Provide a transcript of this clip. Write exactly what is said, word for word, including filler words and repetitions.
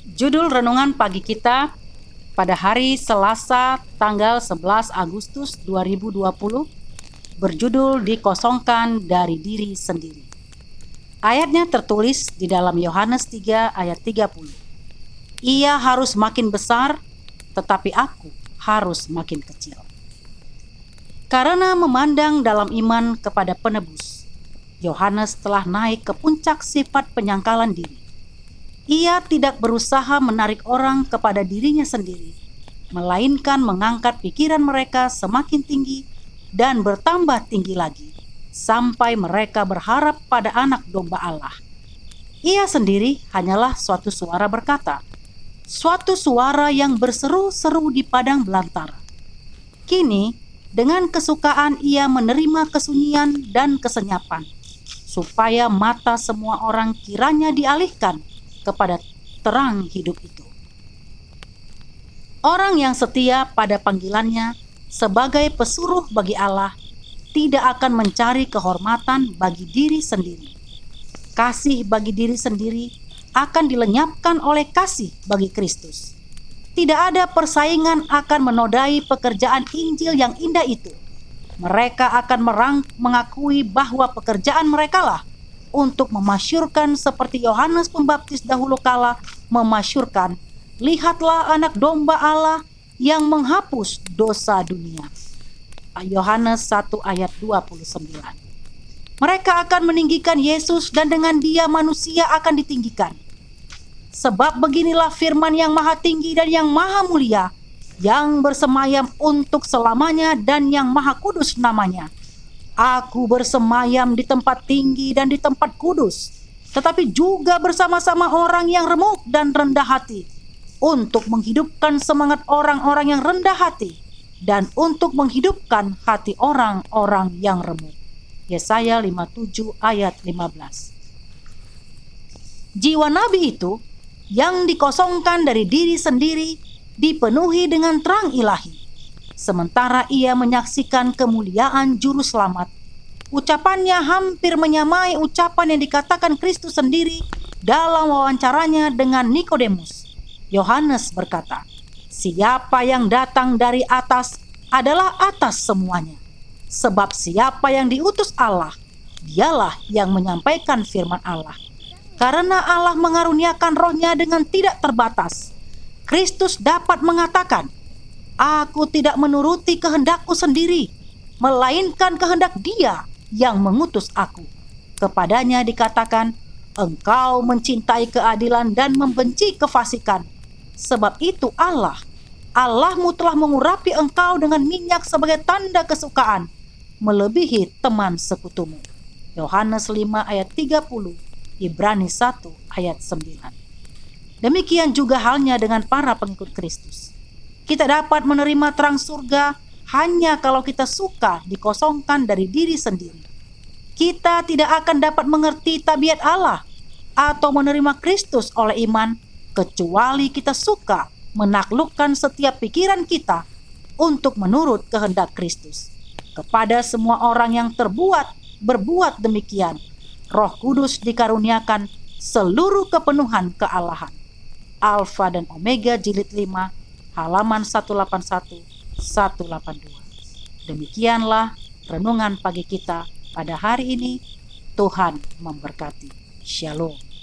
Judul renungan pagi kita pada hari Selasa tanggal sebelas Agustus dua ribu dua puluh berjudul dikosongkan dari diri sendiri. Ayatnya tertulis di dalam Yohanes tiga ayat tiga puluh. Ia harus makin besar, tetapi aku harus makin kecil. Karena memandang dalam iman kepada penebus, Yohanes telah naik ke puncak sifat penyangkalan diri. Ia tidak berusaha menarik orang kepada dirinya sendiri, melainkan mengangkat pikiran mereka semakin tinggi dan bertambah tinggi lagi, sampai mereka berharap pada anak domba Allah. Ia sendiri hanyalah suatu suara berkata, suatu suara yang berseru-seru di padang belantara. Kini, dengan kesukaan ia menerima kesunyian dan kesenyapan, supaya mata semua orang kiranya dialihkan kepada terang hidup itu. Orang yang setia pada panggilannya sebagai pesuruh bagi Allah tidak akan mencari kehormatan bagi diri sendiri. Kasih bagi diri sendiri akan dilenyapkan oleh kasih bagi Kristus. Tidak ada persaingan akan menodai pekerjaan Injil yang indah itu. Mereka akan merang, mengakui bahwa pekerjaan merekalah untuk memasyurkan seperti Yohanes Pembaptis dahulu kala memasyurkan, lihatlah anak domba Allah yang menghapus dosa dunia. Yohanes satu ayat dua puluh sembilan. Mereka akan meninggikan Yesus dan dengan dia manusia akan ditinggikan. Sebab beginilah firman yang maha tinggi dan yang maha mulia, yang bersemayam untuk selamanya dan yang maha kudus namanya. Aku bersemayam di tempat tinggi dan di tempat kudus, tetapi juga bersama-sama orang yang remuk dan rendah hati, untuk menghidupkan semangat orang-orang yang rendah hati, dan untuk menghidupkan hati orang-orang yang remuk. Yesaya lima puluh tujuh ayat lima belas. Jiwa nabi itu yang dikosongkan dari diri sendiri dipenuhi dengan terang ilahi. Sementara ia menyaksikan kemuliaan juru selamat, ucapannya hampir menyamai ucapan yang dikatakan Kristus sendiri dalam wawancaranya dengan Nikodemus. Yohanes berkata, siapa yang datang dari atas adalah atas semuanya. Sebab siapa yang diutus Allah, dialah yang menyampaikan firman Allah. Karena Allah mengaruniakan rohnya dengan tidak terbatas, Kristus dapat mengatakan, aku tidak menuruti kehendakku sendiri, melainkan kehendak Dia yang mengutus aku. Kepadanya dikatakan, engkau mencintai keadilan dan membenci kefasikan. Sebab itu Allah, Allahmu telah mengurapi engkau dengan minyak sebagai tanda kesukaan, melebihi teman sekutumu. Yohanes lima ayat tiga puluh, Ibrani satu ayat sembilan. Demikian juga halnya dengan para pengikut Kristus. Kita dapat menerima terang surga hanya kalau kita suka dikosongkan dari diri sendiri. Kita tidak akan dapat mengerti tabiat Allah atau menerima Kristus oleh iman kecuali kita suka menaklukkan setiap pikiran kita untuk menurut kehendak Kristus. Kepada semua orang yang terbuat berbuat demikian, Roh Kudus dikaruniakan seluruh kepenuhan kealahan. Alfa dan Omega jilid lima halaman seratus delapan puluh satu sampai seratus delapan puluh dua. Demikianlah renungan pagi kita pada hari ini. Tuhan memberkati. Shalom.